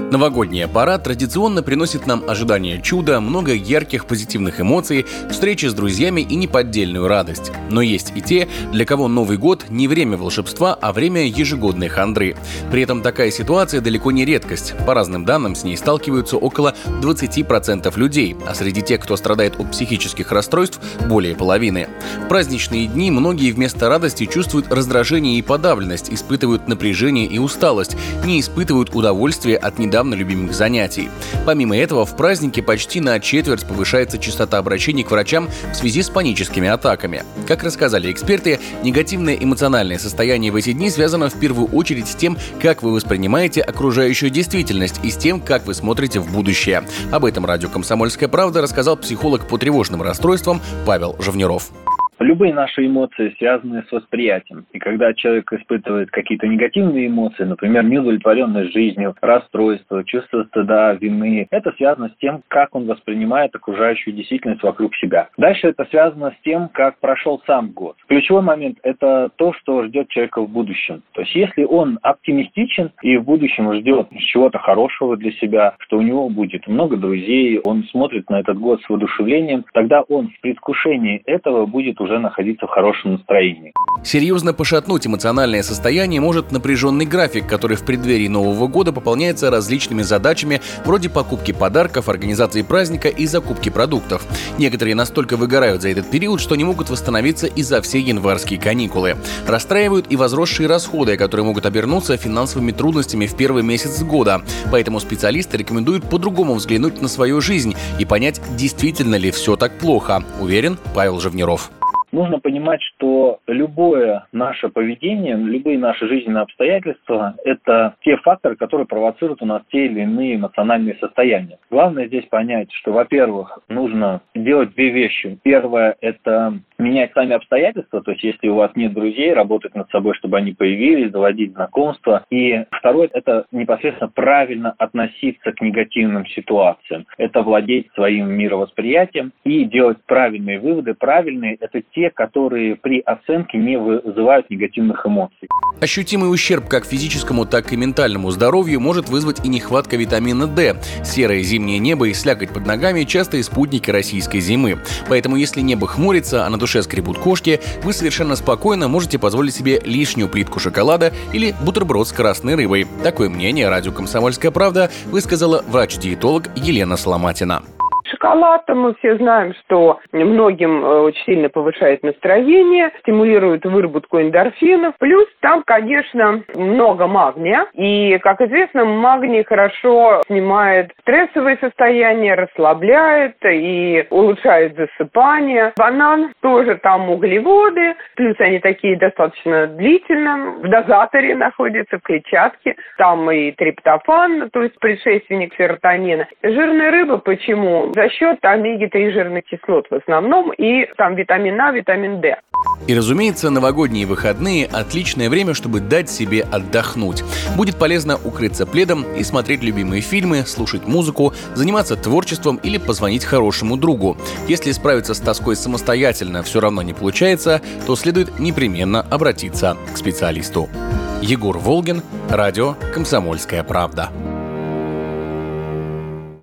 Новогодняя пора традиционно приносит нам ожидание чуда, много ярких позитивных эмоций, встречи с друзьями и неподдельную радость. Но есть и те, для кого Новый год не время волшебства, а время ежегодной хандры. При этом такая ситуация далеко не редкость. По разным данным, с ней сталкиваются около 20% людей, а среди тех, кто страдает от психических расстройств, более половины. В праздничные дни многие вместо радости чувствуют раздражение и подавленность, испытывают напряжение и усталость, не испытывают удовольствия от недавно любимых занятий. Помимо этого, в празднике почти на четверть повышается частота обращений к врачам в связи с паническими атаками. Как рассказали эксперты, негативное эмоциональное состояние в эти дни связано в первую очередь с тем, как вы воспринимаете окружающую действительность и с тем, как вы смотрите в будущее. Об этом радио «Комсомольская правда» рассказал психолог по тревожным расстройствам Павел Живниров. Любые наши эмоции связаны с восприятием. И когда человек испытывает какие-то негативные эмоции, например, неудовлетворенность жизнью, расстройство, чувство стыда, вины, это связано с тем, как он воспринимает окружающую действительность вокруг себя. Дальше это связано с тем, как прошел сам год. Ключевой момент – это то, что ждет человека в будущем. То есть если он оптимистичен и в будущем ждет чего-то хорошего для себя, что у него будет много друзей, он смотрит на этот год с воодушевлением, тогда он в предвкушении этого будет уже находиться в хорошем настроении. Серьезно пошатнуть эмоциональное состояние может напряженный график, который в преддверии Нового года пополняется различными задачами вроде покупки подарков, организации праздника и закупки продуктов. Некоторые настолько выгорают за этот период, что не могут восстановиться и за все январские каникулы. Расстраивают и возросшие расходы, которые могут обернуться финансовыми трудностями в первый месяц года. Поэтому специалисты рекомендуют по-другому взглянуть на свою жизнь и понять, действительно ли все так плохо, уверен Павел Живниров. Нужно понимать, что любое наше поведение, любые наши жизненные обстоятельства – это те факторы, которые провоцируют у нас те или иные эмоциональные состояния. Главное здесь понять, что, во-первых, нужно делать две вещи. Первое – это менять сами обстоятельства, то есть если у вас нет друзей, работать над собой, чтобы они появились, заводить знакомства. И второе – это непосредственно правильно относиться к негативным ситуациям. Это владеть своим мировосприятием и делать правильные выводы. Правильные – это те, которые при оценке не вызывают негативных эмоций. Ощутимый ущерб как физическому, так и ментальному здоровью может вызвать и нехватка витамина D. Серое зимнее небо и слякоть под ногами – частые спутники российской зимы. Поэтому если небо хмурится, а на душе скребут кошки, вы совершенно спокойно можете позволить себе лишнюю плитку шоколада или бутерброд с красной рыбой. Такое мнение радио «Комсомольская правда» высказала врач-диетолог Елена Соломатина. Шоколад, мы все знаем, что многим очень сильно повышает настроение, стимулирует выработку эндорфинов. Плюс там, конечно, много магния. И, как известно, магний хорошо снимает стрессовые состояния, расслабляет и улучшает засыпание. Банан тоже там углеводы, плюс они такие достаточно длительно. В дозаторе находятся, в клетчатке. Там и триптофан, то есть предшественник серотонина. Жирная рыба почему? За счет омеги-3 жирных кислот в основном, и там витамин А, витамин D. И, разумеется, новогодние выходные – отличное время, чтобы дать себе отдохнуть. Будет полезно укрыться пледом и смотреть любимые фильмы, слушать музыку, заниматься творчеством или позвонить хорошему другу. Если справиться с тоской самостоятельно все равно не получается, то следует непременно обратиться к специалисту. Егор Волгин, радио «Комсомольская правда».